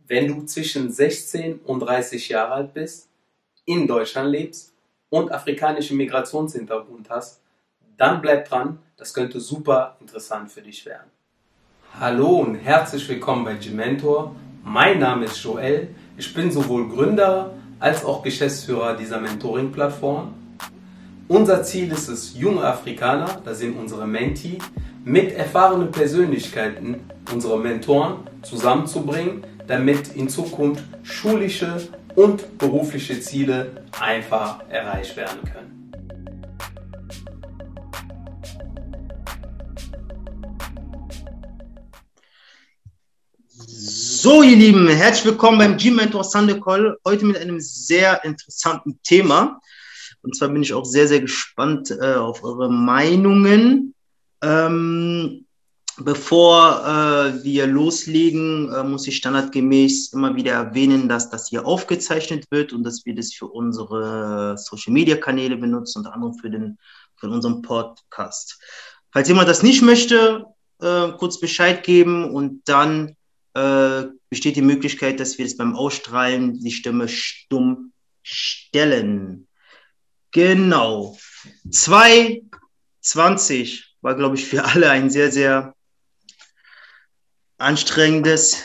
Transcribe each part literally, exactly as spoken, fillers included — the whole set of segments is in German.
Wenn du zwischen sechzehn und dreißig Jahre alt bist, in Deutschland lebst und afrikanischen Migrationshintergrund hast, dann bleib dran, das könnte super interessant für dich werden. Hallo und herzlich willkommen bei G-Mentor. Mein Name ist Joel. Ich bin sowohl Gründer als auch Geschäftsführer dieser Mentoring-Plattform. Unser Ziel ist es, junge Afrikaner, das sind unsere Mentee, mit erfahrenen Persönlichkeiten, unsere Mentoren, zusammenzubringen, damit in Zukunft schulische und berufliche Ziele einfach erreicht werden können. So, ihr Lieben, herzlich willkommen beim G-Mentor Sunday Call. Heute mit einem sehr interessanten Thema. Und zwar bin ich auch sehr, sehr gespannt äh, auf eure Meinungen. Ähm, bevor äh, wir loslegen, äh, muss ich standardgemäß immer wieder erwähnen, dass das hier aufgezeichnet wird und dass wir das für unsere Social-Media-Kanäle benutzen, unter anderem für, den, für unseren Podcast. Falls jemand das nicht möchte, äh, kurz Bescheid geben und dann äh, besteht die Möglichkeit, dass wir das beim Ausstrahlen die Stimme stumm stellen. Genau. zwanzig zwanzig war, glaube ich, für alle ein sehr, sehr anstrengendes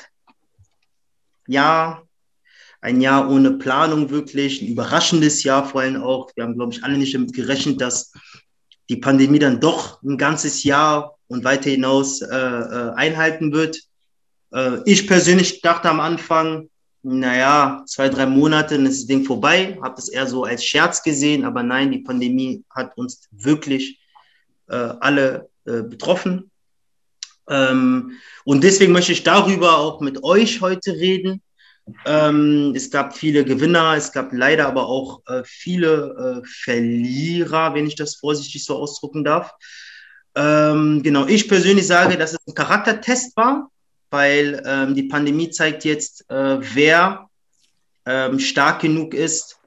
Jahr. Ein Jahr ohne Planung wirklich, ein überraschendes Jahr vor allem auch. Wir haben, glaube ich, alle nicht damit gerechnet, dass die Pandemie dann doch ein ganzes Jahr und weiter hinaus äh, äh, einhalten wird. Äh, ich persönlich dachte am Anfang, naja, zwei, drei Monate, dann ist das Ding vorbei. Habe das eher so als Scherz gesehen, aber nein, die Pandemie hat uns wirklich äh, alle äh, betroffen. Ähm, und deswegen möchte ich darüber auch mit euch heute reden. Ähm, es gab viele Gewinner, es gab leider aber auch äh, viele äh, Verlierer, wenn ich das vorsichtig so ausdrücken darf. Ähm, genau, ich persönlich sage, dass es ein Charaktertest war, weil ähm, die Pandemie zeigt jetzt, äh, wer ähm, stark genug ist,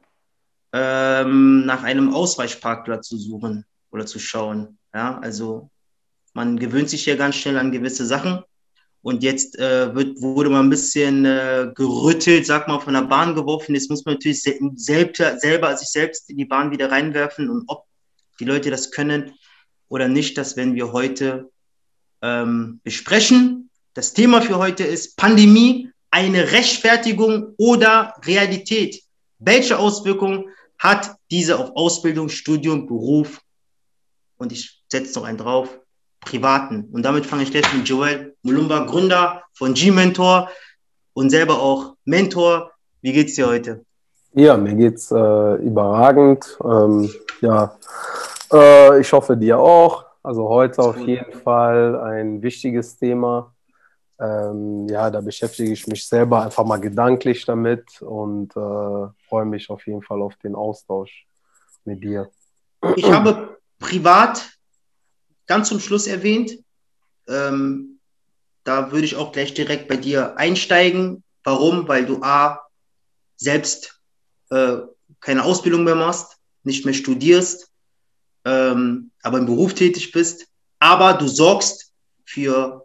ähm, nach einem Ausweichparkplatz zu suchen oder zu schauen. Ja, also man gewöhnt sich ja ganz schnell an gewisse Sachen und jetzt äh, wird, wurde man ein bisschen äh, gerüttelt, sag mal, von der Bahn geworfen. Jetzt muss man natürlich se selbst, selber sich selbst in die Bahn wieder reinwerfen und ob die Leute das können oder nicht, das werden wir heute ähm, besprechen. Das Thema für heute ist Pandemie, eine Rechtfertigung oder Realität. Welche Auswirkungen hat diese auf Ausbildung, Studium, Beruf und ich setze noch einen drauf, privaten. Und damit fange ich gleich mit Joel Mulumba, Gründer von G-Mentor und selber auch Mentor. Wie geht's dir heute? Ja, mir geht's äh, überragend. Ähm, ja, äh, ich hoffe dir auch. Also heute auf jeden Fall ein wichtiges Thema. Ähm, ja, da beschäftige ich mich selber einfach mal gedanklich damit und äh, freue mich auf jeden Fall auf den Austausch mit dir. Ich habe privat ganz zum Schluss erwähnt, ähm, da würde ich auch gleich direkt bei dir einsteigen. Warum? Weil du A, selbst äh, keine Ausbildung mehr machst, nicht mehr studierst, ähm, aber im Beruf tätig bist, aber du sorgst für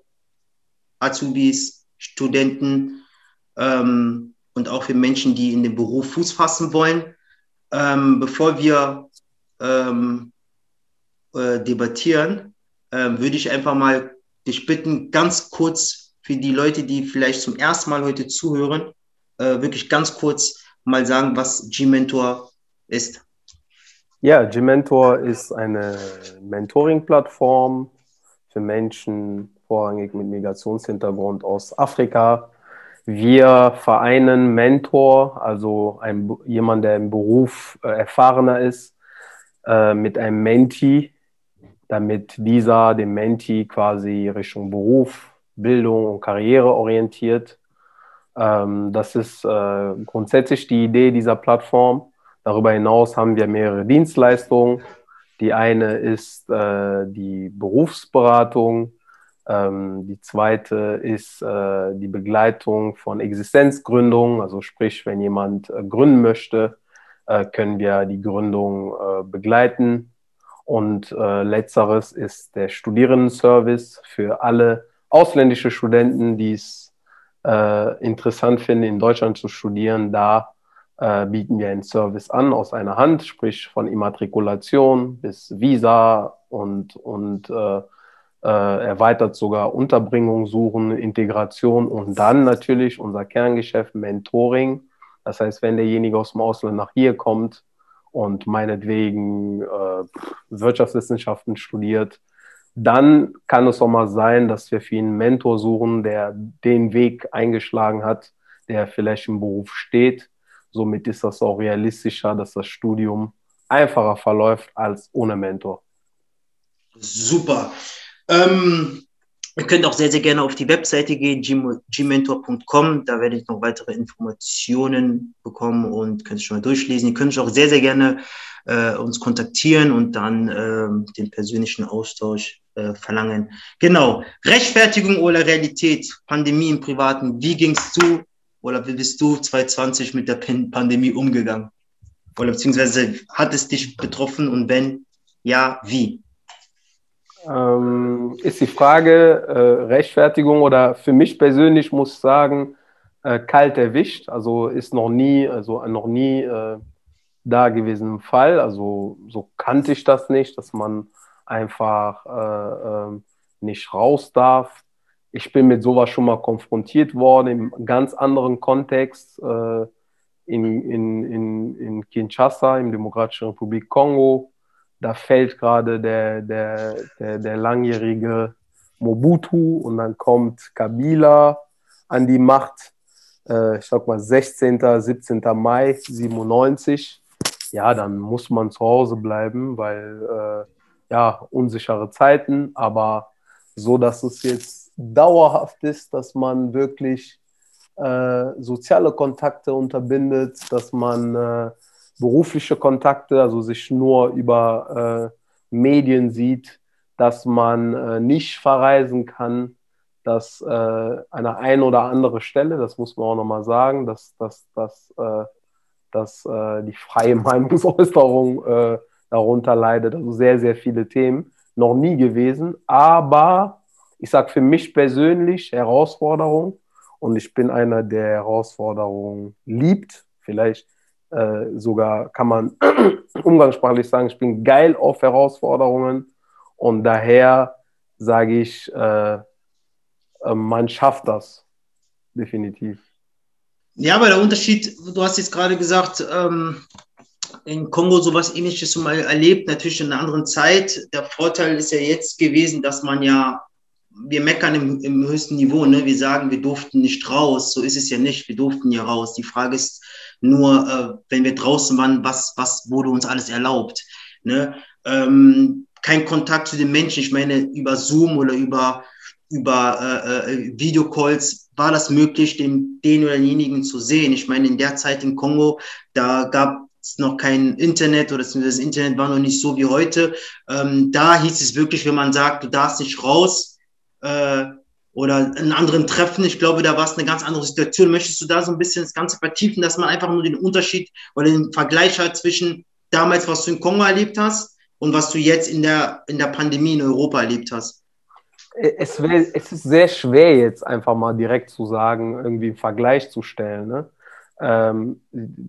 Azubis, Studenten ähm, und auch für Menschen, die in dem Beruf Fuß fassen wollen. Ähm, bevor wir ähm, äh, debattieren, ähm, würde ich einfach mal dich bitten, ganz kurz für die Leute, die vielleicht zum ersten Mal heute zuhören, äh, wirklich ganz kurz mal sagen, was G-Mentor ist. Ja, G-Mentor ist eine Mentoring-Plattform für Menschen vorrangig mit Migrationshintergrund aus Afrika. Wir vereinen Mentor, also ein, jemand, der im Beruf äh, erfahrener ist, äh, mit einem Mentee, damit dieser den Mentee quasi Richtung Beruf, Bildung und Karriere orientiert. Ähm, das ist äh, grundsätzlich die Idee dieser Plattform. Darüber hinaus haben wir mehrere Dienstleistungen. Die eine ist äh, die Berufsberatung. Ähm, die zweite ist äh, die Begleitung von Existenzgründung. Also sprich, wenn jemand äh, gründen möchte, äh, können wir die Gründung äh, begleiten. Und äh, letzteres ist der Studierendenservice für alle ausländische Studenten, die es äh, interessant finden, in Deutschland zu studieren, da äh, bieten wir einen Service an aus einer Hand, sprich von Immatrikulation bis Visa und, und äh, äh, erweitert sogar Unterbringung suchen, Integration und dann natürlich unser Kerngeschäft Mentoring. Das heißt, wenn derjenige aus dem Ausland nach hier kommt und meinetwegen äh, Wirtschaftswissenschaften studiert, dann kann es auch mal sein, dass wir für ihn einen Mentor suchen, der den Weg eingeschlagen hat, der vielleicht im Beruf steht. Somit ist das auch realistischer, dass das Studium einfacher verläuft als ohne Mentor. Super. Ähm, ihr könnt auch sehr, sehr gerne auf die Webseite gehen, g mentor punkt com. Da werdet ihr noch weitere Informationen bekommen und könnt es schon mal durchlesen. Ihr könnt auch sehr, sehr gerne äh, uns kontaktieren und dann äh, den persönlichen Austausch äh, verlangen. Genau. Rechtfertigung oder Realität? Pandemie im Privaten. Wie gingst du oder wie bist du zwanzig zwanzig mit der Pandemie umgegangen? Oder beziehungsweise hat es dich betroffen und wenn, ja, wie? Ähm, ist die Frage äh, Rechtfertigung oder für mich persönlich muss ich sagen, äh, kalt erwischt. Also ist noch nie, also noch nie äh, da gewesen im Fall. Also so kannte ich das nicht, dass man einfach äh, äh, nicht raus darf. Ich bin mit sowas schon mal konfrontiert worden, im ganz anderen Kontext, äh, in, in, in, in Kinshasa, in der Demokratischen Republik Kongo. Da fällt gerade der, der, der, der langjährige Mobutu und dann kommt Kabila an die Macht. Äh, ich sag mal sechzehnten, siebzehnten Mai siebenundneunzig. Ja, dann muss man zu Hause bleiben, weil äh, ja, unsichere Zeiten, aber so, dass es jetzt dauerhaft ist, dass man wirklich äh, soziale Kontakte unterbindet, dass man äh, berufliche Kontakte, also sich nur über äh, Medien sieht, dass man äh, nicht verreisen kann, dass äh, an der einen oder andere Stelle, das muss man auch nochmal sagen, dass, dass, dass, äh, dass äh, die freie Meinungsäußerung äh, darunter leidet. Also sehr, sehr viele Themen. Noch nie gewesen, aber ich sage für mich persönlich Herausforderung und ich bin einer, der Herausforderungen liebt. Vielleicht äh, sogar kann man umgangssprachlich sagen, ich bin geil auf Herausforderungen und daher sage ich, äh, äh, man schafft das definitiv. Ja, aber der Unterschied, du hast jetzt gerade gesagt, ähm, in Kongo sowas Ähnliches schon mal erlebt, natürlich in einer anderen Zeit. Der Vorteil ist ja jetzt gewesen, dass man ja, wir meckern im, im höchsten Niveau, ne? Wir sagen, wir durften nicht raus. So ist es ja nicht. Wir durften ja raus. Die Frage ist nur, äh, wenn wir draußen waren, was, was wurde uns alles erlaubt? Ne? Ähm, kein Kontakt zu den Menschen. Ich meine, über Zoom oder über, über äh, äh, Videocalls war das möglich, den, den oder denjenigen zu sehen. Ich meine, in der Zeit in Kongo, da gab es noch kein Internet oder das Internet war noch nicht so wie heute. Ähm, da hieß es wirklich, wenn man sagt, du darfst nicht raus äh, oder in anderen Treffen, ich glaube, da war es eine ganz andere Situation. Möchtest du da so ein bisschen das Ganze vertiefen, dass man einfach nur den Unterschied oder den Vergleich hat zwischen damals, was du in Kongo erlebt hast und was du jetzt in der, in der Pandemie in Europa erlebt hast? Es, wär, es ist sehr schwer jetzt einfach mal direkt zu sagen, irgendwie einen Vergleich zu stellen. Ne? Ähm,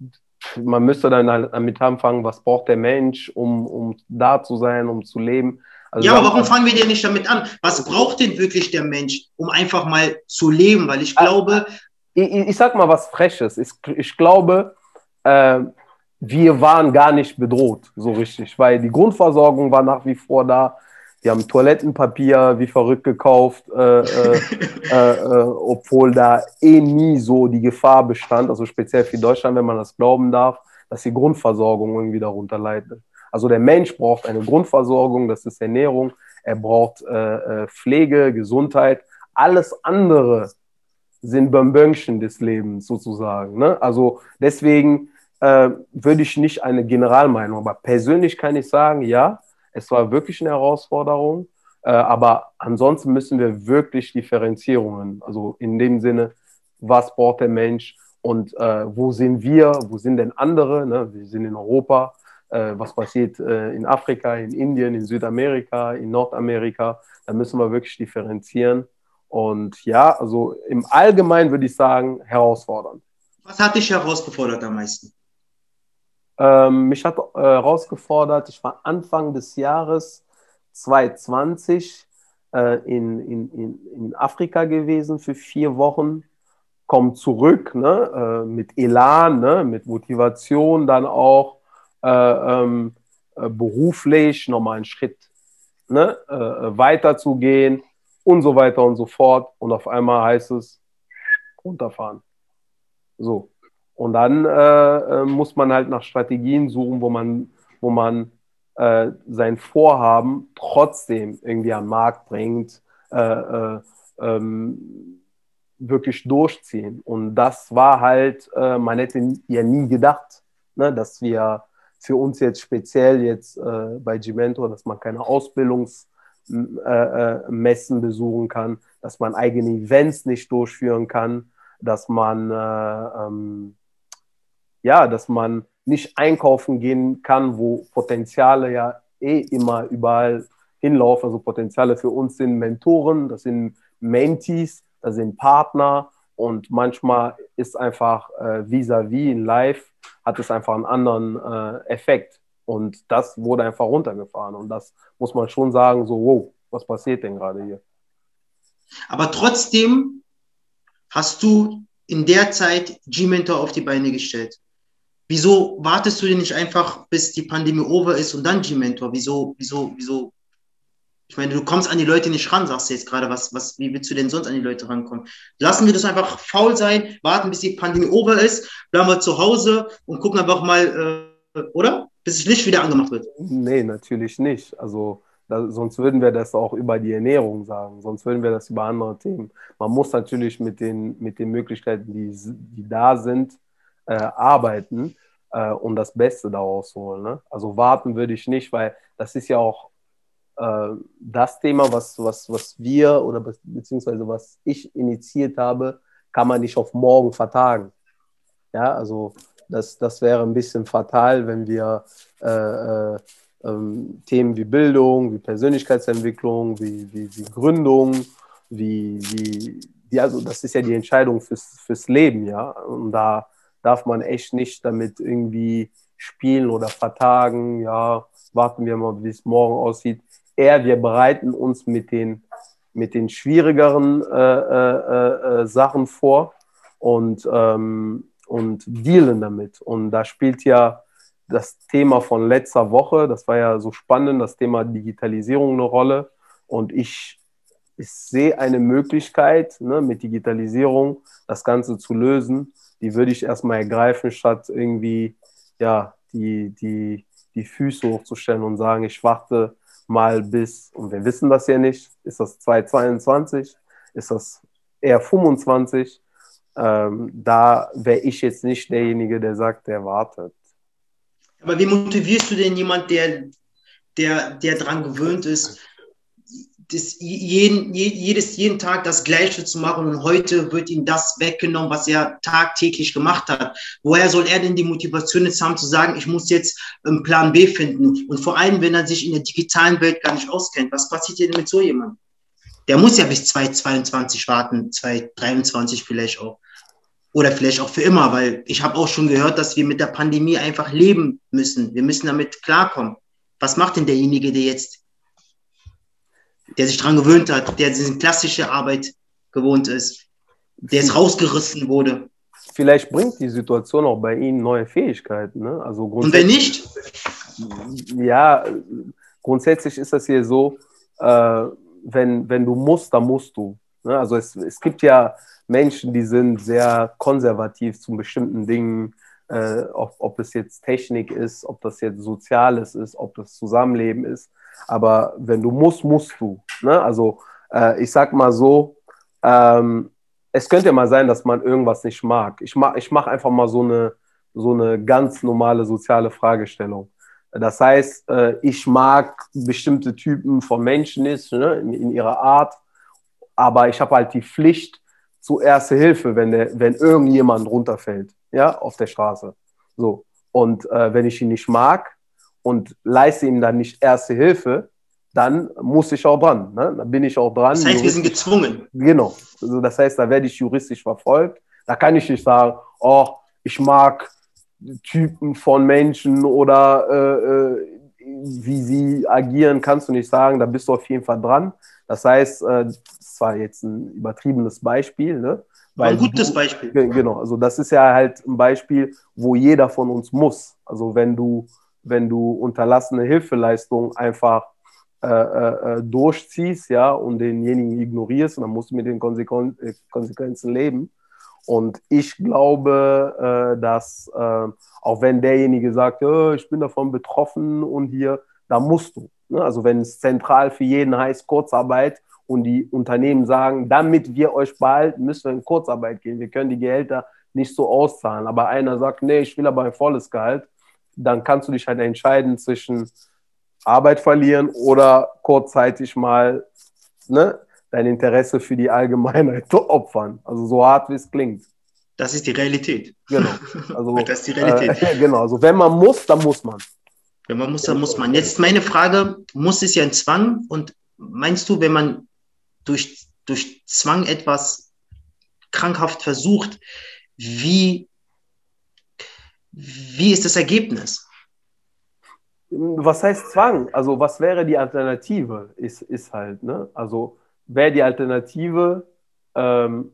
man müsste dann halt damit anfangen, was braucht der Mensch, um, um da zu sein, um zu leben. Also ja, aber warum fangen wir denn nicht damit an? Was braucht denn wirklich der Mensch, um einfach mal zu leben? Weil ich glaube... Ich, ich sag mal was Freches. Ich, ich glaube, äh, wir waren gar nicht bedroht, so richtig, weil die Grundversorgung war nach wie vor da. Wir haben Toilettenpapier wie verrückt gekauft, äh, äh, äh, äh, obwohl da eh nie so die Gefahr bestand, also speziell für Deutschland, wenn man das glauben darf, dass die Grundversorgung irgendwie darunter leidet. Also der Mensch braucht eine Grundversorgung, das ist Ernährung, er braucht äh, Pflege, Gesundheit, alles andere sind Bonbönchen des Lebens sozusagen. Ne? Also deswegen äh, würde ich nicht eine Generalmeinung, aber persönlich kann ich sagen, ja, es war wirklich eine Herausforderung, äh, aber ansonsten müssen wir wirklich Differenzierungen, also in dem Sinne, was braucht der Mensch und äh, wo sind wir, wo sind denn andere, ne? Wir sind in Europa, äh, was passiert äh, in Afrika, in Indien, in Südamerika, in Nordamerika, da müssen wir wirklich differenzieren Und ja, also im Allgemeinen würde ich sagen, herausfordernd. Was hat dich herausgefordert am meisten? Ähm, mich hat äh, herausgefordert, ich war Anfang des Jahres zwanzig zwanzig äh, in, in, in, in Afrika gewesen für vier Wochen, komme zurück, ne, äh, mit Elan, ne, mit Motivation dann auch äh, ähm, äh, beruflich nochmal einen Schritt, ne, äh, weiterzugehen und so weiter und so fort. Und auf einmal heißt es, runterfahren. So. Und dann äh, muss man halt nach Strategien suchen, wo man, wo man äh, sein Vorhaben trotzdem irgendwie am Markt bringt, äh, äh, ähm, wirklich durchziehen. Und das war halt, äh, man hätte ja nie gedacht, ne, dass wir für uns jetzt speziell jetzt äh, bei G-Mentor, dass man keine Ausbildungsmessen äh, besuchen kann, dass man eigene Events nicht durchführen kann, dass man äh, ähm, ja, dass man nicht einkaufen gehen kann, wo Potenziale ja eh immer überall hinlaufen. Also Potenziale für uns sind Mentoren, das sind Mentees, das sind Partner und manchmal ist einfach äh, vis-à-vis in Live hat es einfach einen anderen äh, Effekt und das wurde einfach runtergefahren und das muss man schon sagen, so wow, was passiert denn gerade hier? Aber trotzdem hast du in der Zeit G-Mentor auf die Beine gestellt. Wieso wartest du denn nicht einfach, bis die Pandemie over ist und dann G-Mentor? Wieso, wieso, wieso? Ich meine, du kommst an die Leute nicht ran, sagst du jetzt gerade. Was, was, wie willst du denn sonst an die Leute rankommen? Lassen wir das einfach faul sein, warten, bis die Pandemie over ist, bleiben wir zu Hause und gucken einfach mal, äh, oder? Bis das Licht wieder angemacht wird. Nee, natürlich nicht. Also da, sonst würden wir das auch über die Ernährung sagen, sonst würden wir das über andere Themen. Man muss natürlich mit den, mit den Möglichkeiten, die, die da sind, äh, arbeiten äh, und das Beste daraus holen. Ne? Also warten würde ich nicht, weil das ist ja auch äh, das Thema, was, was, was wir oder beziehungsweise was ich initiiert habe, kann man nicht auf morgen vertagen. Ja, also das, das wäre ein bisschen fatal, wenn wir äh, äh, ähm, Themen wie Bildung, wie Persönlichkeitsentwicklung, wie, wie, wie Gründung, wie, wie die, also das ist ja die Entscheidung fürs, fürs Leben, ja. Und da darf man echt nicht damit irgendwie spielen oder vertagen, ja, warten wir mal, wie es morgen aussieht. Eher wir bereiten uns mit den, mit den schwierigeren äh, äh, äh, Sachen vor und ähm, und dealen damit. Und da spielt ja das Thema von letzter Woche, das war ja so spannend, das Thema Digitalisierung eine Rolle. Und ich, ich sehe eine Möglichkeit, ne, mit Digitalisierung das Ganze zu lösen. Die würde ich erstmal ergreifen, statt irgendwie ja, die, die, die Füße hochzustellen und sagen, ich warte mal bis, und wir wissen das ja nicht, ist das zwanzig zweiundzwanzig, ist das eher fünfundzwanzig? Ähm, da wäre ich jetzt nicht derjenige, der sagt, der wartet. Aber wie motivierst du denn jemand, der, der, der dran gewöhnt ist, das jeden, jedes, jeden Tag das Gleiche zu machen und heute wird ihm das weggenommen, was er tagtäglich gemacht hat? Woher soll er denn die Motivation jetzt haben, zu sagen, ich muss jetzt einen Plan B finden? Und vor allem, wenn er sich in der digitalen Welt gar nicht auskennt, was passiert denn mit so jemandem? Der muss ja bis zwanzig zweiundzwanzig warten, zwanzig dreiundzwanzig vielleicht auch. Oder vielleicht auch für immer, weil ich habe auch schon gehört, dass wir mit der Pandemie einfach leben müssen. Wir müssen damit klarkommen. Was macht denn derjenige, der jetzt, der sich dran gewöhnt hat, der diese klassische Arbeit gewohnt ist, der jetzt rausgerissen wurde? Vielleicht bringt die Situation auch bei Ihnen neue Fähigkeiten. Ne? Also Und wenn nicht? Ja, grundsätzlich ist das hier so, äh, wenn, wenn du musst, dann musst du. Ne? Also es, es gibt ja Menschen, die sind sehr konservativ zu bestimmten Dingen, äh, ob, ob es jetzt Technik ist, ob das jetzt Soziales ist, ob das Zusammenleben ist. Aber wenn du musst, musst du. Ne? Also äh, ich sag mal so, ähm, es könnte ja mal sein, dass man irgendwas nicht mag. Ich mach, ich mache einfach mal so eine, so eine ganz normale soziale Fragestellung. Das heißt, äh, ich mag bestimmte Typen von Menschen ist, ne, in, in ihrer Art, aber ich habe halt die Pflicht zu Erste Hilfe, wenn, der, wenn irgendjemand runterfällt, ja, auf der Straße. So. Und äh, wenn ich ihn nicht mag und leiste ihm dann nicht Erste Hilfe, dann muss ich auch dran. Ne? Dann bin ich auch dran. Das heißt, wir sind gezwungen. Genau. Also das heißt, da werde ich juristisch verfolgt. Da kann ich nicht sagen, oh, ich mag Typen von Menschen oder äh, wie sie agieren, kannst du nicht sagen. Da bist du auf jeden Fall dran. Das heißt, äh, das war jetzt ein übertriebenes Beispiel, ne? Weil ein gutes du, Beispiel. Genau, also das ist ja halt ein Beispiel, wo jeder von uns muss. Also wenn du, wenn du unterlassene Hilfeleistung einfach äh, äh, durchziehst, ja, und denjenigen ignorierst, und dann musst du mit den Konsequen Konsequenzen leben. Und ich glaube, äh, dass äh, auch wenn derjenige sagt, oh, ich bin davon betroffen und hier, da musst du. Ne? Also wenn es zentral für jeden heißt Kurzarbeit, und die Unternehmen sagen, damit wir euch behalten, müssen wir in Kurzarbeit gehen. Wir können die Gehälter nicht so auszahlen. Aber einer sagt, nee, ich will aber ein volles Gehalt. Dann kannst du dich halt entscheiden zwischen Arbeit verlieren oder kurzzeitig mal, ne, dein Interesse für die Allgemeinheit opfern. Also so hart, wie es klingt. Das ist die Realität. Genau. Also, das ist die Realität. Äh, genau. Also wenn man muss, dann muss man. Wenn man muss, dann muss man. Jetzt ist meine Frage, muss es ja ein Zwang? Und meinst du, wenn man durch, durch Zwang etwas krankhaft versucht, wie, wie ist das Ergebnis? Was heißt Zwang? Also was wäre die Alternative? Ist, ist halt, ne? Also wäre die Alternative, ähm,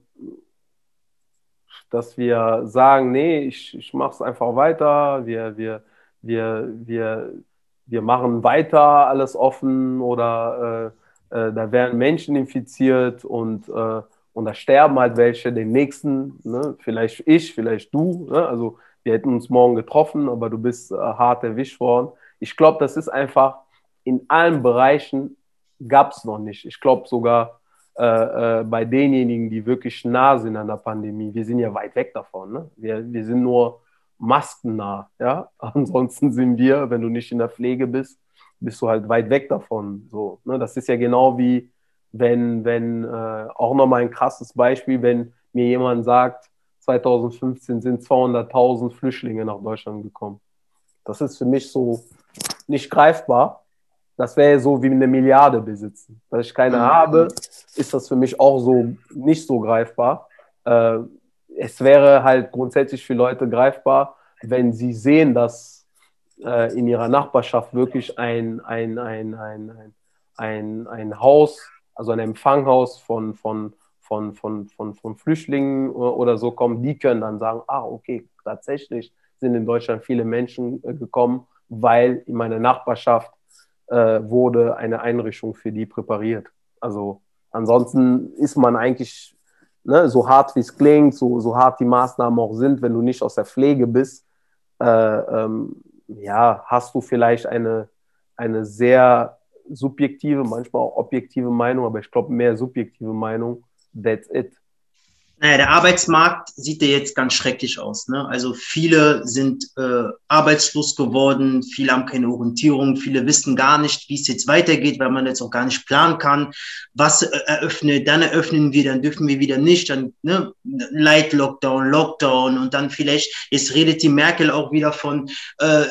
dass wir sagen, nee, ich, ich mache es einfach weiter, wir, wir, wir, wir, wir machen weiter alles offen oder äh, äh, da werden Menschen infiziert und, äh, und da sterben halt welche, den nächsten, ne? Vielleicht ich, vielleicht du, ne? Also wir hätten uns morgen getroffen, aber du bist äh, hart erwischt worden. Ich glaube, das ist einfach in allen Bereichen gab es noch nicht. Ich glaube sogar äh, äh, bei denjenigen, die wirklich nah sind an der Pandemie. Wir sind ja weit weg davon. Ne? Wir, wir sind nur maskennah. Ja? Ansonsten sind wir, wenn du nicht in der Pflege bist, bist du halt weit weg davon. So, ne? Das ist ja genau wie, wenn, wenn äh, auch nochmal ein krasses Beispiel, wenn mir jemand sagt, zwanzig fünfzehn sind zweihunderttausend Flüchtlinge nach Deutschland gekommen. Das ist für mich so nicht greifbar. Das wäre so wie eine Milliarde besitzen. Dass ich keine habe, ist das für mich auch so nicht so greifbar. Äh, es wäre halt grundsätzlich für Leute greifbar, wenn sie sehen, dass äh, in ihrer Nachbarschaft wirklich ein, ein, ein, ein, ein, ein, ein Haus, also ein Empfanghaus von, von, von, von, von, von Flüchtlingen oder so kommt, die können dann sagen, ah, okay, tatsächlich sind in Deutschland viele Menschen äh, gekommen, weil in meiner Nachbarschaft äh, wurde eine Einrichtung für die präpariert. Also ansonsten ist man eigentlich, ne, so hart wie es klingt, so, so hart die Maßnahmen auch sind, wenn du nicht aus der Pflege bist, äh, ähm, ja, hast du vielleicht eine, eine sehr subjektive, manchmal auch objektive Meinung, aber ich glaube mehr subjektive Meinung, that's it. Naja, der Arbeitsmarkt sieht ja jetzt ganz schrecklich aus. Ne? Also viele sind äh, arbeitslos geworden, viele haben keine Orientierung, viele wissen gar nicht, wie es jetzt weitergeht, weil man jetzt auch gar nicht planen kann. Was äh, eröffnet, dann eröffnen wir, dann dürfen wir wieder nicht, dann ne, Light Lockdown, Lockdown und dann vielleicht, jetzt redet die Merkel auch wieder von äh,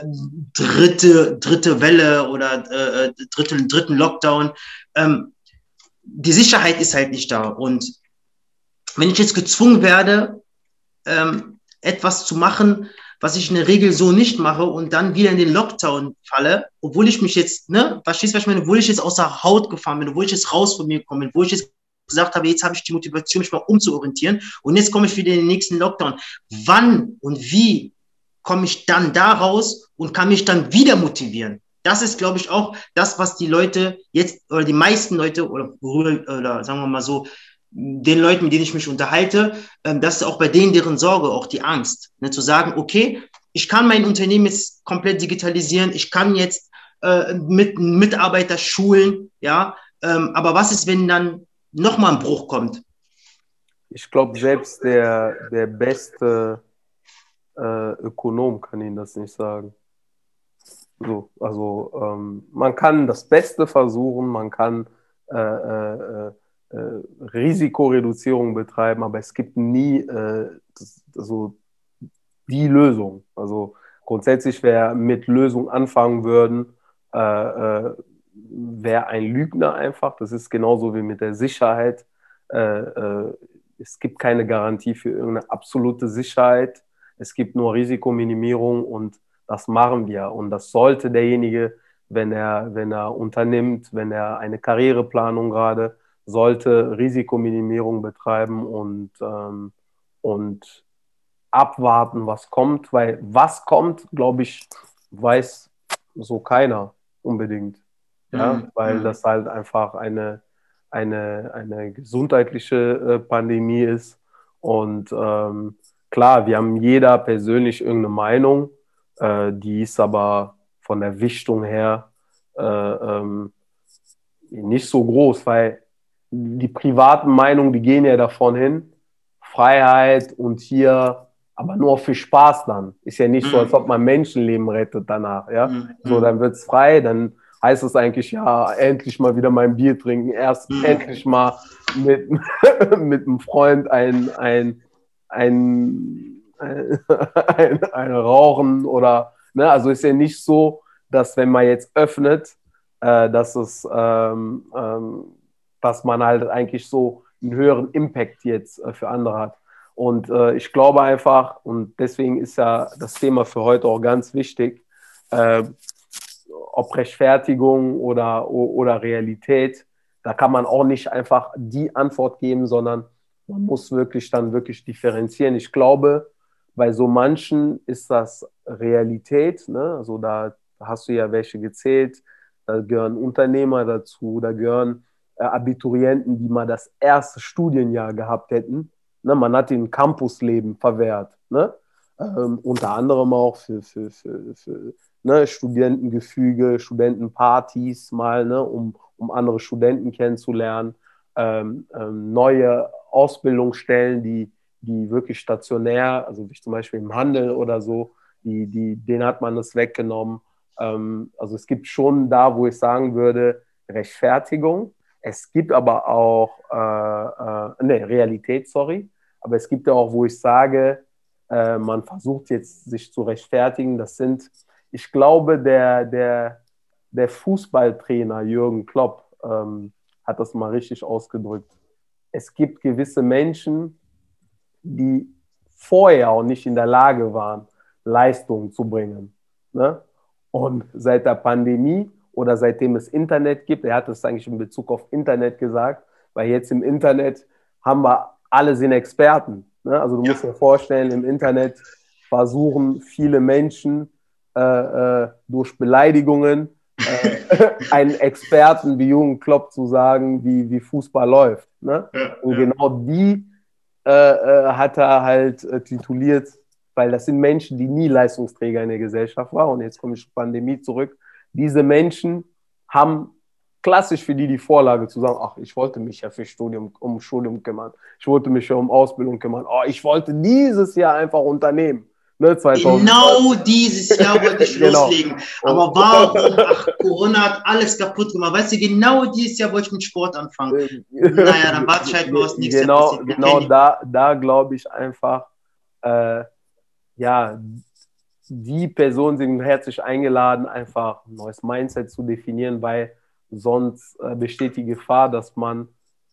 dritte, dritte Welle oder äh, dritte, dritten Lockdown. Ähm, die Sicherheit ist halt nicht da und wenn ich jetzt gezwungen werde, ähm, etwas zu machen, was ich in der Regel so nicht mache und dann wieder in den Lockdown falle, obwohl ich mich jetzt, ne, verstehst du, was ich meine, obwohl ich jetzt aus der Haut gefahren bin, obwohl ich jetzt raus von mir gekommen bin, wo ich jetzt gesagt habe, jetzt habe ich die Motivation, mich mal umzuorientieren und jetzt komme ich wieder in den nächsten Lockdown. Wann und wie komme ich dann da raus und kann mich dann wieder motivieren? Das ist, glaube ich, auch das, was die Leute jetzt, oder die meisten Leute, oder, oder sagen wir mal so, den Leuten, mit denen ich mich unterhalte, das ist auch bei denen deren Sorge, auch die Angst, ne, zu sagen, okay, ich kann mein Unternehmen jetzt komplett digitalisieren, ich kann jetzt äh, mit Mitarbeiter schulen, ja, ähm, aber was ist, wenn dann nochmal ein Bruch kommt? Ich glaube, selbst der, der beste äh, Ökonom kann Ihnen das nicht sagen. So, also ähm, man kann das Beste versuchen, man kann äh, äh, Äh, Risikoreduzierung betreiben, aber es gibt nie äh, das, also die Lösung. Also grundsätzlich, wer mit Lösung anfangen würden, äh, äh, wäre ein Lügner einfach. Das ist genauso wie mit der Sicherheit. Äh, äh, es gibt keine Garantie für irgendeine absolute Sicherheit. Es gibt nur Risikominimierung und das machen wir. Und das sollte derjenige, wenn er, wenn er unternimmt, wenn er eine Karriereplanung gerade, sollte Risikominimierung betreiben und, ähm, und abwarten, was kommt, weil was kommt, glaube ich, weiß so keiner unbedingt. Ja, Mhm. weil Mhm. das halt einfach eine, eine, eine gesundheitliche äh, Pandemie ist. Und ähm, klar, wir haben jeder persönlich irgendeine Meinung, äh, die ist aber von der Wichtung her äh, ähm, nicht so groß, weil die privaten Meinungen, die gehen ja davon hin, Freiheit und hier, aber nur für Spaß dann. Ist ja nicht so, als ob Mhm. man Menschenleben rettet danach, ja. Mhm. So, dann wird's frei, dann heißt es eigentlich, ja, endlich mal wieder mein Bier trinken, erst Mhm. endlich mal mit, mit einem Freund ein, ein, ein, ein, ein, ein Rauchen oder, ne, also ist ja nicht so, dass wenn man jetzt öffnet, äh, dass es, ähm, ähm, dass man halt eigentlich so einen höheren Impact jetzt äh, für andere hat. Und äh, ich glaube einfach, und deswegen ist ja das Thema für heute auch ganz wichtig, äh, ob Rechtfertigung oder, oder Realität, da kann man auch nicht einfach die Antwort geben, sondern man muss wirklich dann wirklich differenzieren. Ich glaube, bei so manchen ist das Realität, ne? Also da hast du ja welche gezählt, da gehören Unternehmer dazu, da gehören äh, Abiturienten, die mal das erste Studienjahr gehabt hätten. Ne? Man hat ihnen Campusleben verwehrt. Ne? Ähm, unter anderem auch für, für, für, für ne, Studentengefüge, Studentenpartys mal, ne, um, um andere Studenten kennenzulernen, ähm, ähm, neue Ausbildungsstellen, die, die wirklich stationär, also wie zum Beispiel im Handel oder so, die, die, denen hat man das weggenommen. Ähm, also es gibt schon da, wo ich sagen würde, Rechtfertigung. Es gibt aber auch, äh, äh, ne, Realität, sorry. Aber es gibt ja auch, wo ich sage, äh, man versucht jetzt sich zu rechtfertigen. Das sind, ich glaube, der, der, der Fußballtrainer Jürgen Klopp ähm, hat das mal richtig ausgedrückt. Es gibt gewisse Menschen, die vorher auch nicht in der Lage waren, Leistungen zu bringen. Ne? Und seit der Pandemie oder seitdem es Internet gibt, er hat das eigentlich in Bezug auf Internet gesagt, weil jetzt im Internet haben wir, alle sind Experten. Ne? Also du musst dir vorstellen, im Internet versuchen viele Menschen äh, äh, durch Beleidigungen äh, einen Experten wie Jürgen Klopp zu sagen, wie, wie Fußball läuft. Ne? Ja, Und ja. genau die äh, äh, hat er halt äh, tituliert, weil das sind Menschen, die nie Leistungsträger in der Gesellschaft waren. Und jetzt komme ich zur Pandemie zurück. Diese Menschen haben klassisch für die die Vorlage zu sagen, ach, ich wollte mich ja für Studium, um Studium kümmern. Ich wollte mich ja um Ausbildung kümmern. Oh, ich wollte dieses Jahr einfach unternehmen. Ne, Genau dieses Jahr wollte ich genau. loslegen. Aber warum? Ach, Corona hat alles kaputt gemacht. Weißt du, genau dieses Jahr wollte ich mit Sport anfangen. Naja, dann warte ich halt mal, was nächstes genau, Jahr passiert. Genau da, da glaube ich einfach, äh, ja, die Personen sind herzlich eingeladen, einfach ein neues Mindset zu definieren, weil sonst äh, besteht die Gefahr, dass man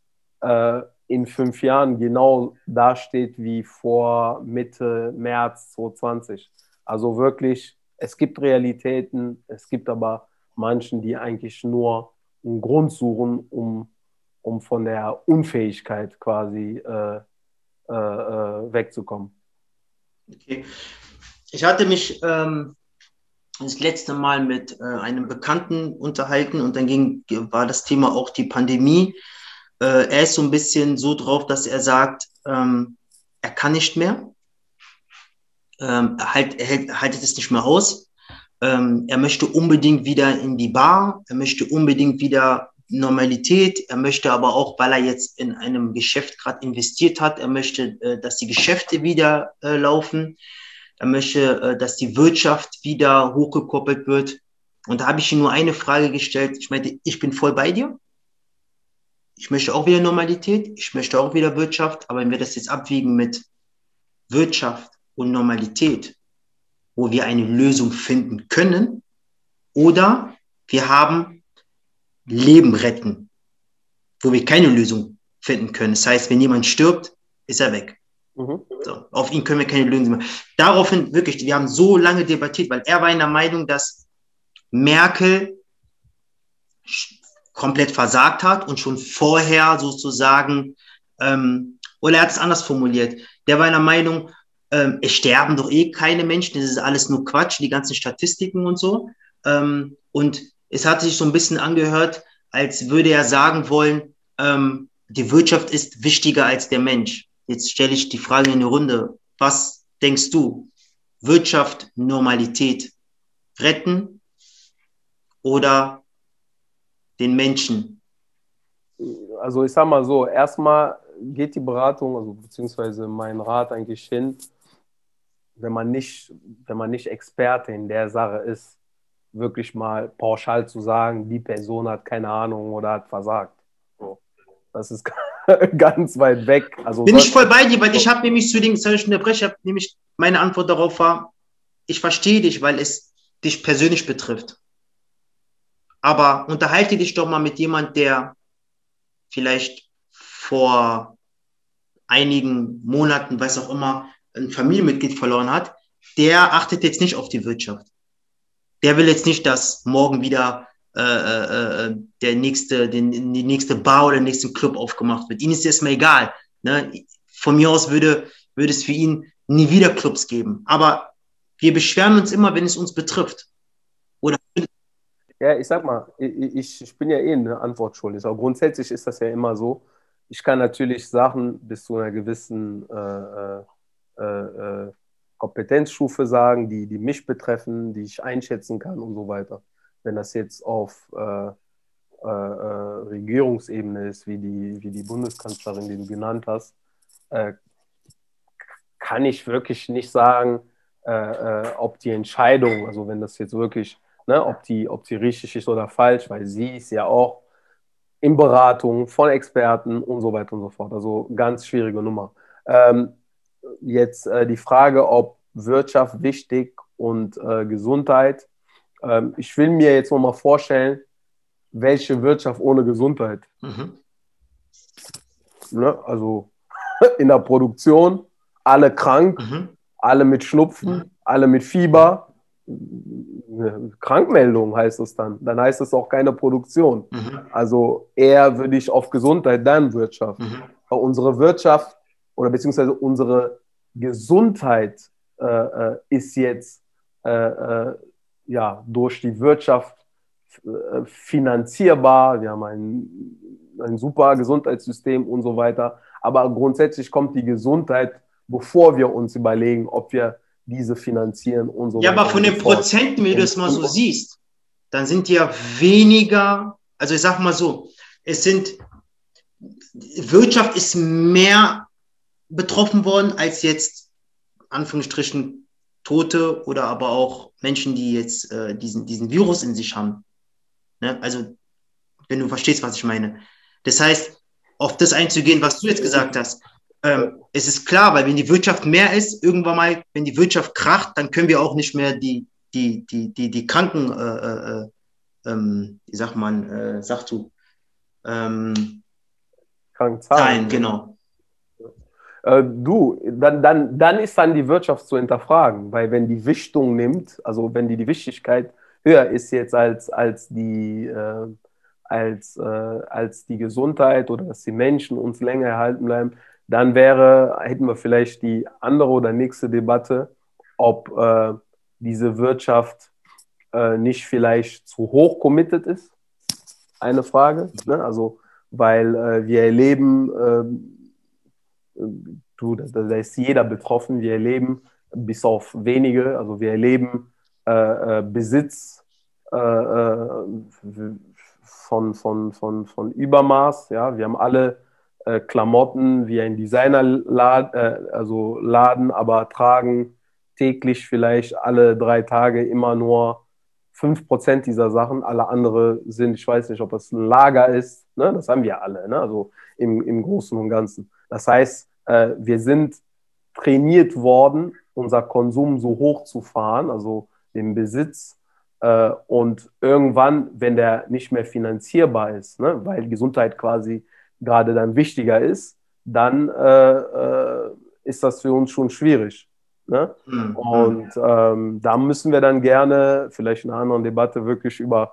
äh, in fünf Jahren genau dasteht wie vor Mitte März zwanzig zwanzig. Also wirklich, es gibt Realitäten, es gibt aber Menschen, die eigentlich nur einen Grund suchen, um, um von der Unfähigkeit quasi äh, äh, äh, wegzukommen. Okay. Ich hatte mich ähm, das letzte Mal mit äh, einem Bekannten unterhalten und dann ging, war das Thema auch die Pandemie. Äh, er ist so ein bisschen so drauf, dass er sagt, ähm, er kann nicht mehr. Ähm, er, halt, er hält, haltet es nicht mehr aus. Ähm, er möchte unbedingt wieder in die Bar. Er möchte unbedingt wieder Normalität. Er möchte aber auch, weil er jetzt in einem Geschäft gerade investiert hat, er möchte, äh, dass die Geschäfte wieder äh, laufen. Er möchte, äh, dass die Wirtschaft wieder hochgekoppelt wird. Und da habe ich ihm nur eine Frage gestellt. Ich meinte, ich bin voll bei dir. Ich möchte auch wieder Normalität. Ich möchte auch wieder Wirtschaft. Aber wenn wir das jetzt abwiegen mit Wirtschaft und Normalität, wo wir eine Lösung finden können, oder wir haben Leben retten, wo wir keine Lösung finden können. Das heißt, wenn jemand stirbt, ist er weg. Mhm. So, auf ihn können wir keine Lösung machen. Daraufhin wirklich, wir haben so lange debattiert, weil er war in der Meinung, dass Merkel komplett versagt hat und schon vorher sozusagen, ähm, oder er hat es anders formuliert, der war in der Meinung, ähm, es sterben doch eh keine Menschen, das ist alles nur Quatsch, die ganzen Statistiken und so. Ähm, und es hat sich so ein bisschen angehört, als würde er sagen wollen, ähm, die Wirtschaft ist wichtiger als der Mensch. Jetzt stelle ich die Frage in die Runde. Was denkst du? Wirtschaft, Normalität retten oder den Menschen? Also ich sag mal so, erstmal geht die Beratung, also beziehungsweise mein Rat eigentlich hin, wenn man nicht, wenn man nicht Experte in der Sache ist, wirklich mal pauschal zu sagen, die Person hat keine Ahnung oder hat versagt. So. Das ist ganz weit weg. Also bin ich voll bei dir, weil ich habe nämlich zu den, soll ich unterbrechen, ich habe nämlich, meine Antwort darauf war, ich verstehe dich, weil es dich persönlich betrifft. Aber unterhalte dich doch mal mit jemand, der vielleicht vor einigen Monaten, weiß auch immer, ein Familienmitglied verloren hat. Der achtet jetzt nicht auf die Wirtschaft. Der will jetzt nicht, dass morgen wieder äh, äh, der nächste, den, die nächste Bar oder der nächste Club aufgemacht wird. Ihm ist das mal egal. Ne? Von mir aus würde, würde es für ihn nie wieder Clubs geben. Aber wir beschweren uns immer, wenn es uns betrifft. Oder ja, ich sag mal, ich, ich bin ja eh eine Antwort schuldig. Aber grundsätzlich ist das ja immer so. Ich kann natürlich Sachen bis zu einer gewissen äh, äh, äh, Kompetenzstufe sagen, die, die mich betreffen, die ich einschätzen kann und so weiter. Wenn das jetzt auf äh, äh, Regierungsebene ist, wie die, wie die Bundeskanzlerin, die du genannt hast, äh, kann ich wirklich nicht sagen, äh, äh, ob die Entscheidung, also wenn das jetzt wirklich, ne, ob die, ob die richtig ist oder falsch, weil sie ist ja auch in Beratung von Experten und so weiter und so fort. Also ganz schwierige Nummer. Ähm, jetzt äh, die Frage, ob Wirtschaft wichtig und äh, Gesundheit. Ähm, ich will mir jetzt noch mal vorstellen, welche Wirtschaft ohne Gesundheit. Mhm. Ne? Also in der Produktion, alle krank, mhm. alle mit Schnupfen, mhm. alle mit Fieber. Krankmeldung heißt es dann. Dann heißt es auch keine Produktion. Mhm. Also eher würde ich auf Gesundheit, dann Wirtschaft. Mhm. Aber unsere Wirtschaft oder beziehungsweise unsere Gesundheit äh, äh, ist jetzt äh, äh, ja, durch die Wirtschaft äh, finanzierbar. Wir haben ein, ein super Gesundheitssystem und so weiter. Aber grundsätzlich kommt die Gesundheit, bevor wir uns überlegen, ob wir diese finanzieren und so ja, weiter. Ja, aber von den so Prozenten, wenn du das mal so siehst, dann sind die ja weniger, also ich sag mal so, es sind, Wirtschaft ist mehr betroffen worden als jetzt, Anführungsstrichen, Tote oder aber auch Menschen, die jetzt äh, diesen, diesen Virus in sich haben. Ne? Also, wenn du verstehst, was ich meine. Das heißt, auf das einzugehen, was du jetzt gesagt hast, ähm, es ist klar, weil wenn die Wirtschaft mehr ist, irgendwann mal, wenn die Wirtschaft kracht, dann können wir auch nicht mehr die, die, die, die, die Kranken, äh, äh, ähm, wie sagt man, äh, sagst du, ähm, Krankenzahlen. Genau. Äh, du, dann, dann, dann ist dann die Wirtschaft zu hinterfragen, weil wenn die Wichtung nimmt, also wenn die, die Wichtigkeit höher ist jetzt als, als, die, äh, als, äh, als die Gesundheit oder dass die Menschen uns länger erhalten bleiben, dann wäre, hätten wir vielleicht die andere oder nächste Debatte, ob äh, diese Wirtschaft äh, nicht vielleicht zu hoch committed ist. Eine Frage, ne? Also, weil äh, wir erleben, äh, du, da, da ist jeder betroffen, wir erleben, bis auf wenige, also wir erleben äh, äh, Besitz äh, äh, von, von, von, von Übermaß, ja, wir haben alle äh, Klamotten wie ein Designerladen, äh, also Laden, aber tragen täglich vielleicht alle drei Tage immer nur fünf Prozent dieser Sachen, alle andere sind, ich weiß nicht, ob es ein Lager ist, ne? Das haben wir alle, ne? Also im, im Großen und Ganzen. Das heißt, äh, wir sind trainiert worden, unser Konsum so hoch zu fahren, also den Besitz Äh, und irgendwann, wenn der nicht mehr finanzierbar ist, ne, weil Gesundheit quasi gerade dann wichtiger ist, dann äh, äh, ist das für uns schon schwierig. Ne? Mhm. Und ähm, da müssen wir dann gerne, vielleicht in einer anderen Debatte, wirklich über,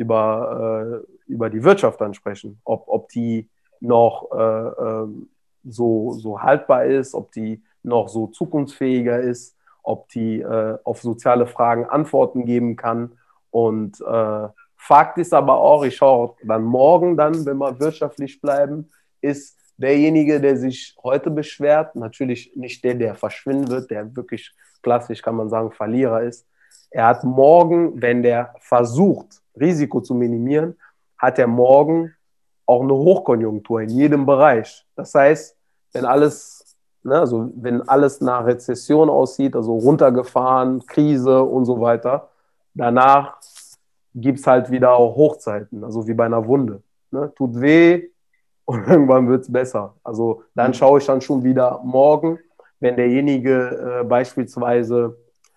über, äh, über die Wirtschaft dann sprechen. Ob, ob die noch äh, äh, so, so haltbar ist, ob die noch so zukunftsfähiger ist, ob die äh, auf soziale Fragen Antworten geben kann. Und äh, Fakt ist aber auch, ich schaue dann morgen dann, wenn wir wirtschaftlich bleiben, ist derjenige, der sich heute beschwert, natürlich nicht der, der verschwinden wird, der wirklich klassisch, kann man sagen, Verlierer ist. Er hat morgen, wenn der versucht, Risiko zu minimieren, hat er morgen auch eine Hochkonjunktur in jedem Bereich. Das heißt, wenn alles, ne, also wenn alles nach Rezession aussieht, also runtergefahren, Krise und so weiter, danach gibt es halt wieder auch Hochzeiten, also wie bei einer Wunde. Ne? Tut weh und irgendwann wird es besser. Also dann schaue ich dann schon wieder morgen, wenn derjenige äh, beispielsweise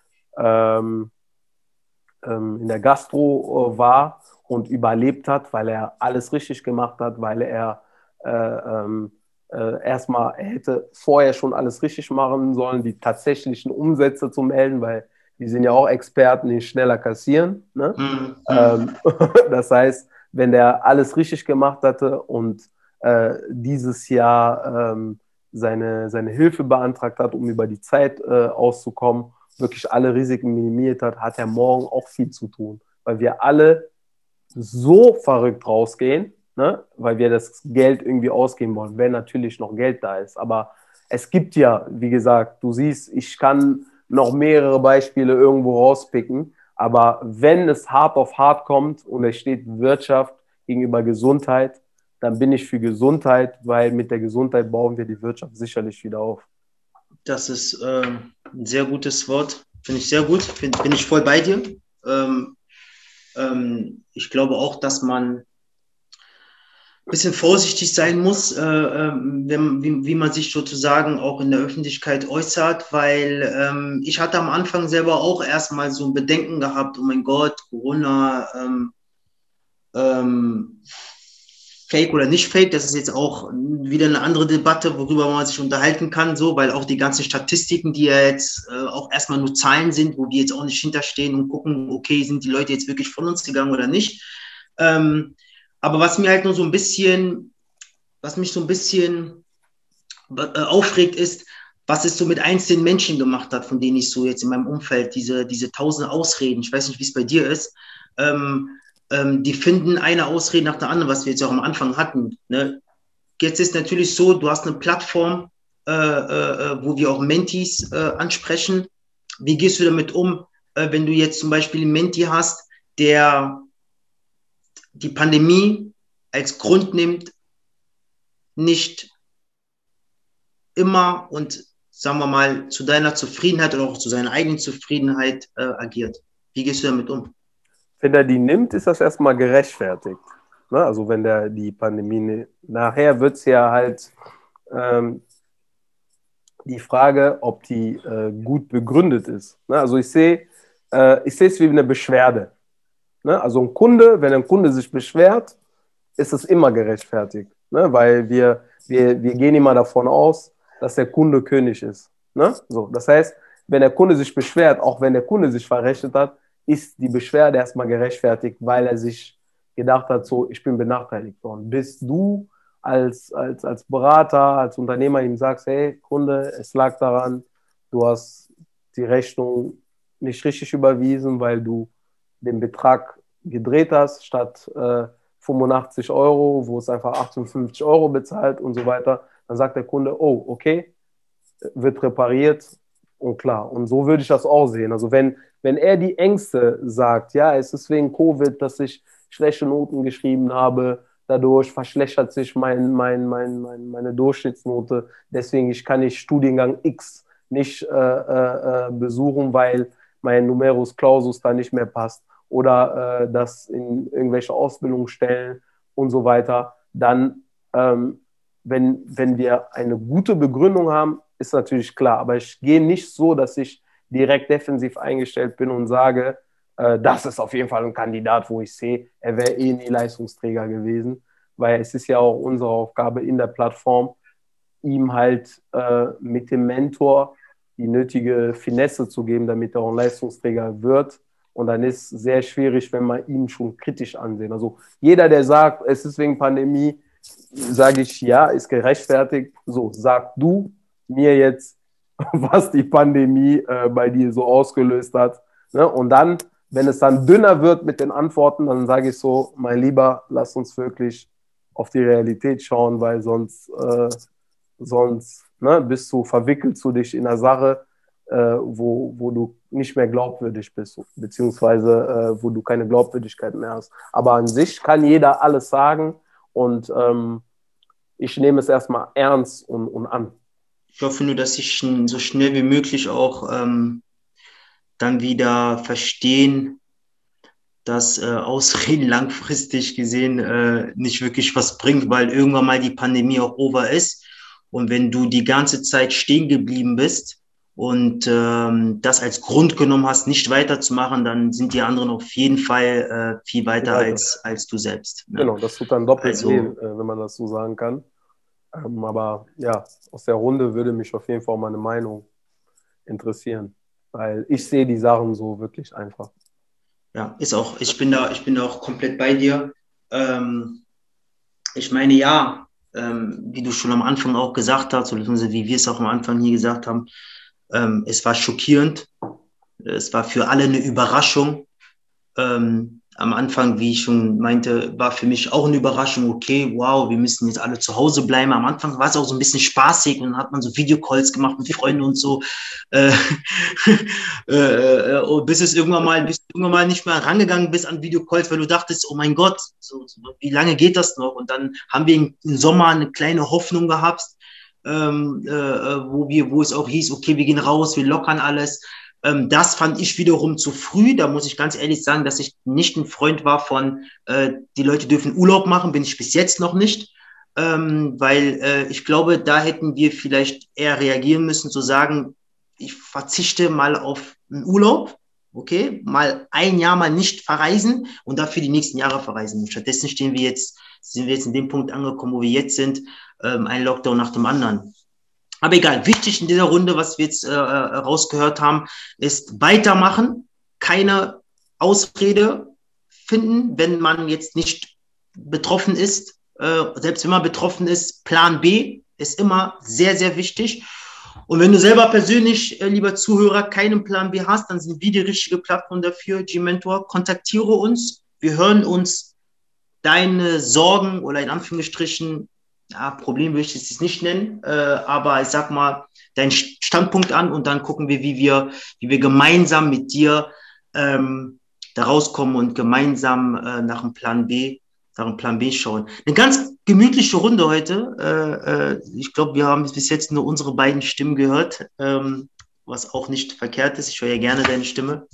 ähm, ähm, in der Gastro äh, war und überlebt hat, weil er alles richtig gemacht hat, weil er äh, ähm, äh, erstmal, er hätte vorher schon alles richtig machen sollen, die tatsächlichen Umsätze zu melden, weil die sind ja auch Experten, die schneller kassieren. Ne? Mhm. Ähm, das heißt, wenn der alles richtig gemacht hatte und äh, dieses Jahr ähm, seine, seine Hilfe beantragt hat, um über die Zeit äh, auszukommen, wirklich alle Risiken minimiert hat, hat er morgen auch viel zu tun, weil wir alle so verrückt rausgehen, ne? Weil wir das Geld irgendwie ausgeben wollen, wenn natürlich noch Geld da ist. Aber es gibt ja, wie gesagt, du siehst, ich kann noch mehrere Beispiele irgendwo rauspicken, aber wenn es hart auf hart kommt und es steht Wirtschaft gegenüber Gesundheit, dann bin ich für Gesundheit, weil mit der Gesundheit bauen wir die Wirtschaft sicherlich wieder auf. Das ist äh, ein sehr gutes Wort. Finde ich sehr gut. Find, bin ich voll bei dir. Ähm, ähm, ich glaube auch, dass man ein bisschen vorsichtig sein muss, äh, äh, wenn, wie, wie man sich sozusagen auch in der Öffentlichkeit äußert, weil ähm, ich hatte am Anfang selber auch erstmal so ein Bedenken gehabt, oh mein Gott, Corona, ähm, ähm, Fake oder nicht Fake, das ist jetzt auch wieder eine andere Debatte, worüber man sich unterhalten kann, so, weil auch die ganzen Statistiken, die ja jetzt äh, auch erstmal nur Zahlen sind, wo wir jetzt auch nicht hinterstehen und gucken, okay, sind die Leute jetzt wirklich von uns gegangen oder nicht. Ähm, aber was mir halt nur so ein bisschen, was mich so ein bisschen äh, aufregt, ist, was es so mit einzelnen Menschen gemacht hat, von denen ich so jetzt in meinem Umfeld, diese, diese tausend Ausreden, ich weiß nicht, wie es bei dir ist, ähm, ähm, die finden eine Ausrede nach der anderen, was wir jetzt auch am Anfang hatten. Ne? Jetzt ist natürlich so, du hast eine Plattform, äh, äh, wo wir auch Mentees äh, ansprechen. Wie gehst du damit um, äh, wenn du jetzt zum Beispiel einen Mentee hast, der die Pandemie als Grund nimmt, nicht immer und sagen wir mal zu deiner Zufriedenheit oder auch zu seiner eigenen Zufriedenheit äh, agiert? Wie gehst du damit um? Wenn er die nimmt, ist das erstmal gerechtfertigt. Ne? Also wenn der die Pandemie nimmt. Nachher wird es ja halt ähm, die Frage, ob die äh, gut begründet ist. Ne? Also ich sehe äh, ich sehe es wie eine Beschwerde. Ne? Also ein Kunde, wenn ein Kunde sich beschwert, ist es immer gerechtfertigt. Ne? Weil wir, wir, wir gehen immer davon aus, dass der Kunde König ist. Ne? So, das heißt, wenn der Kunde sich beschwert, auch wenn der Kunde sich verrechnet hat, ist die Beschwerde erstmal gerechtfertigt, weil er sich gedacht hat, so, ich bin benachteiligt worden. Bis du als, als, als Berater, als Unternehmer ihm sagst, hey, Kunde, es lag daran, du hast die Rechnung nicht richtig überwiesen, weil du den Betrag gedreht hast, statt äh, fünfundachtzig Euro, wo es einfach achtundfünfzig Euro bezahlt und so weiter, dann sagt der Kunde, oh, okay, wird repariert und klar. Und so würde ich das auch sehen. Also wenn, wenn er die Ängste sagt, ja, es ist wegen Covid, dass ich schlechte Noten geschrieben habe, dadurch verschlechtert sich mein, mein, mein, mein, meine Durchschnittsnote, deswegen ich kann ich Studiengang X nicht äh, äh, besuchen, weil mein Numerus Clausus da nicht mehr passt oder äh, das in irgendwelche Ausbildungsstellen und so weiter, dann, ähm, wenn, wenn wir eine gute Begründung haben, ist natürlich klar. Aber ich gehe nicht so, dass ich direkt defensiv eingestellt bin und sage, äh, äh, das ist auf jeden Fall ein Kandidat, wo ich sehe, er wäre eh nie Leistungsträger gewesen, weil es ist ja auch unsere Aufgabe in der Plattform, ihm halt äh, mit dem Mentor die nötige Finesse zu geben, damit er auch ein Leistungsträger wird. Und dann ist es sehr schwierig, wenn man ihn schon kritisch ansehen. Also jeder, der sagt, es ist wegen Pandemie, sage ich, ja, ist gerechtfertigt. So, sag du mir jetzt, was die Pandemie äh, bei dir so ausgelöst hat. Ne? Und dann, wenn es dann dünner wird mit den Antworten, dann sage ich so, mein Lieber, lass uns wirklich auf die Realität schauen, weil sonst, äh, sonst ne, bist du, verwickelst du dich in einer Sache, äh, wo, wo du nicht mehr glaubwürdig bist, beziehungsweise äh, wo du keine Glaubwürdigkeit mehr hast. Aber an sich kann jeder alles sagen und ähm, ich nehme es erstmal ernst und, und an. Ich hoffe nur, dass ich so schnell wie möglich auch ähm, dann wieder verstehen, dass äh, Ausreden langfristig gesehen äh, nicht wirklich was bringt, weil irgendwann mal die Pandemie auch over ist. Und wenn du die ganze Zeit stehen geblieben bist und ähm, das als Grund genommen hast, nicht weiterzumachen, dann sind die anderen auf jeden Fall äh, viel weiter, weiter. Als, als du selbst. Ne? Genau, das tut dann doppelt Also, weh, äh, wenn man das so sagen kann. Ähm, aber ja, aus der Runde würde mich auf jeden Fall meine Meinung interessieren, weil ich sehe die Sachen so wirklich einfach. Ja, ist auch, ich bin da, ich bin da auch komplett bei dir. Ähm, ich meine, ja, ähm, wie du schon am Anfang auch gesagt hast, oder wie wir es auch am Anfang hier gesagt haben, ähm, es war schockierend. Es war für alle eine Überraschung. Ähm, am Anfang, wie ich schon meinte, war für mich auch eine Überraschung. Okay, wow, wir müssen jetzt alle zu Hause bleiben. Am Anfang war es auch so ein bisschen spaßig und dann hat man so Videocalls gemacht mit Freunden und so. Äh, äh, bis es irgendwann mal, bis du irgendwann mal nicht mehr rangegangen bist an Videocalls, weil du dachtest, oh mein Gott, so, so, wie lange geht das noch? Und dann haben wir im Sommer eine kleine Hoffnung gehabt, ähm, äh, wo wir, wo es auch hieß, okay, wir gehen raus, wir lockern alles. Das fand ich wiederum zu früh. Da muss ich ganz ehrlich sagen, dass ich nicht ein Freund war von, äh, die Leute dürfen Urlaub machen, bin ich bis jetzt noch nicht. Ähm, weil äh, ich glaube, da hätten wir vielleicht eher reagieren müssen, zu sagen, ich verzichte mal auf einen Urlaub, okay, mal ein Jahr mal nicht verreisen und dafür die nächsten Jahre verreisen. Stattdessen stehen wir jetzt, sind wir jetzt in dem Punkt angekommen, wo wir jetzt sind, ähm, ein Lockdown nach dem anderen. Aber egal, wichtig in dieser Runde, was wir jetzt äh, rausgehört haben, ist weitermachen, keine Ausrede finden, wenn man jetzt nicht betroffen ist. Äh, selbst wenn man betroffen ist, Plan B ist immer sehr, sehr wichtig. Und wenn du selber persönlich, äh, lieber Zuhörer, keinen Plan B hast, dann sind wir die richtige Plattform dafür, G-Mentor. Kontaktiere uns. Wir hören uns deine Sorgen oder in Anführungsstrichen ja, Problem würde ich es nicht nennen, äh, aber ich sag mal, deinen Standpunkt an und dann gucken wir, wie wir, wie wir gemeinsam mit dir ähm, da rauskommen und gemeinsam äh, nach dem Plan B, nach dem Plan B schauen. Eine ganz gemütliche Runde heute. Äh, äh, ich glaube, wir haben bis jetzt nur unsere beiden Stimmen gehört, ähm, was auch nicht verkehrt ist. Ich höre ja gerne deine Stimme.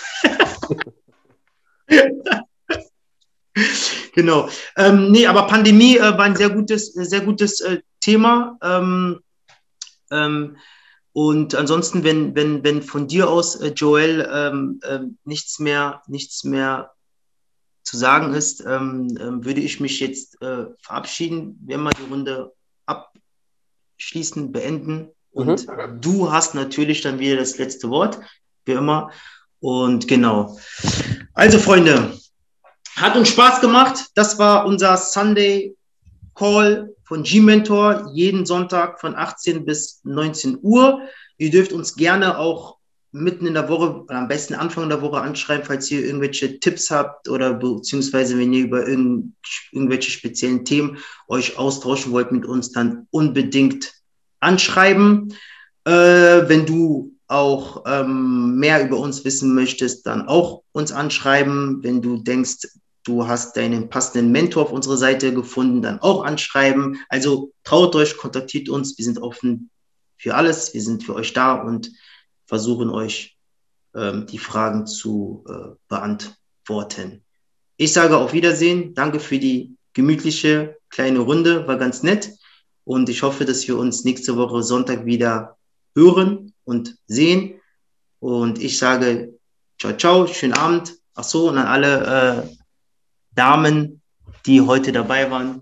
Genau. Ähm, nee, aber Pandemie äh, war ein sehr gutes, sehr gutes äh, Thema. Ähm, ähm, und ansonsten, wenn, wenn, wenn von dir aus, äh, Joel, ähm, äh, nichts mehr, nichts mehr zu sagen ist, ähm, äh, würde ich mich jetzt äh, verabschieden. Wir mal die Runde abschließen, beenden. Und mhm. du hast natürlich dann wieder das letzte Wort, wie immer. Und genau. Also, Freunde, hat uns Spaß gemacht. Das war unser Sunday Call von G-Mentor. Jeden Sonntag von achtzehn bis neunzehn Uhr. Ihr dürft uns gerne auch mitten in der Woche, oder am besten Anfang der Woche anschreiben, falls ihr irgendwelche Tipps habt oder beziehungsweise wenn ihr über irgend, irgendwelche speziellen Themen euch austauschen wollt mit uns, dann unbedingt anschreiben. Äh, wenn du auch ähm, mehr über uns wissen möchtest, dann auch uns anschreiben. Wenn du denkst, du hast deinen passenden Mentor auf unserer Seite gefunden, dann auch anschreiben. Also traut euch, kontaktiert uns. Wir sind offen für alles. Wir sind für euch da und versuchen euch ähm, die Fragen zu äh, beantworten. Ich sage auf Wiedersehen. Danke für die gemütliche kleine Runde. War ganz nett. Und ich hoffe, dass wir uns nächste Woche Sonntag wieder hören und sehen. Und ich sage ciao, ciao, schönen Abend. Ach so, und an alle äh, Damen, die heute dabei waren.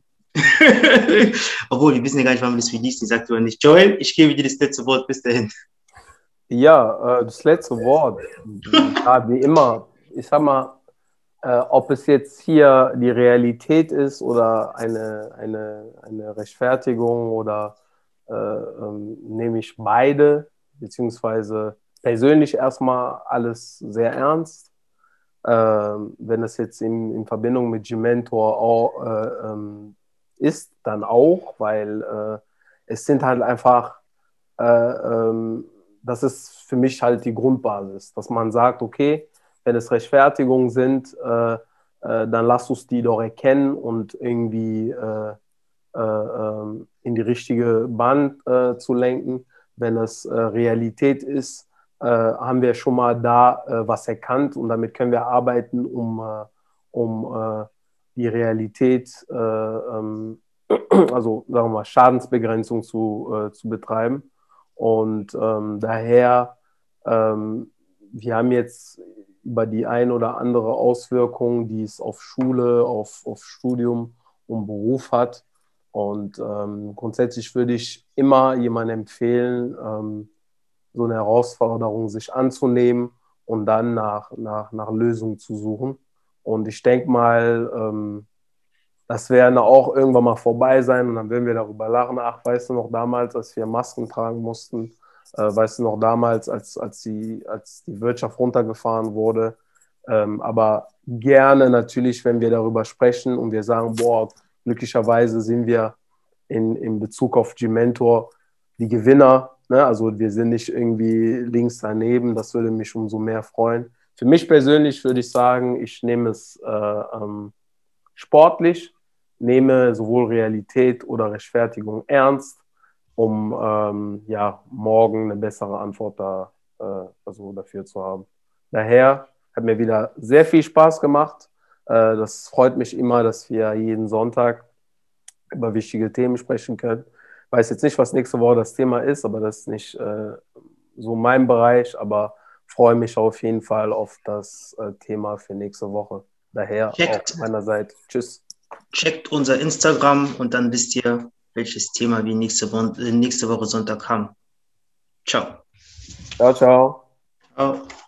Obwohl, die wissen ja gar nicht, wann wir das release. Die sagt oder nicht. Joel, ich gebe dir das letzte Wort. Bis dahin. Ja, äh, das letzte Wort. Ja, wie immer. Ich sag mal, äh, ob es jetzt hier die Realität ist oder eine, eine, eine Rechtfertigung oder äh, ähm, nehme ich beide, beziehungsweise persönlich erstmal alles sehr ernst. Ähm, wenn es jetzt in, in Verbindung mit G-Mentor auch, äh, ähm, ist, dann auch, weil äh, es sind halt einfach, äh, ähm, das ist für mich halt die Grundbasis, dass man sagt, okay, wenn es Rechtfertigungen sind, äh, äh, dann lass uns die doch erkennen und irgendwie äh, äh, ähm, in die richtige Bahn äh, zu lenken. Wenn es äh, Realität ist, äh, haben wir schon mal da äh, was erkannt und damit können wir arbeiten, um, äh, um äh, die Realität, äh, ähm, also sagen wir mal, Schadensbegrenzung zu, äh, zu betreiben. Und ähm, daher, ähm, wir haben jetzt über die ein oder andere Auswirkung, die es auf Schule, auf, auf Studium und Beruf hat. Und ähm, grundsätzlich würde ich immer jemandem empfehlen, ähm, so eine Herausforderung sich anzunehmen und dann nach, nach, nach Lösungen zu suchen. Und ich denke mal, ähm, das werden auch irgendwann mal vorbei sein und dann werden wir darüber lachen. Ach, weißt du noch damals, als wir Masken tragen mussten, äh, weißt du noch damals, als, als, die, als die Wirtschaft runtergefahren wurde. Ähm, aber gerne natürlich, wenn wir darüber sprechen und wir sagen, boah, glücklicherweise sind wir in, in Bezug auf G-Mentor die Gewinner. Ne? Also wir sind nicht irgendwie links daneben. Das würde mich umso mehr freuen. Für mich persönlich würde ich sagen, ich nehme es äh, ähm, sportlich, nehme sowohl Realität oder Rechtfertigung ernst, um ähm, ja, morgen eine bessere Antwort da, äh, also dafür zu haben. Daher hat mir wieder sehr viel Spaß gemacht. Äh, das freut mich immer, dass wir jeden Sonntag über wichtige Themen sprechen können. Ich weiß jetzt nicht, was nächste Woche das Thema ist, aber das ist nicht äh, so mein Bereich, aber freue mich auf jeden Fall auf das äh, Thema für nächste Woche. Daher Checkt, auf meiner Seite. Tschüss. checkt unser Instagram und dann wisst ihr, welches Thema wir nächste Woche, nächste Woche Sonntag haben. Ciao. Ciao, ciao. Ciao.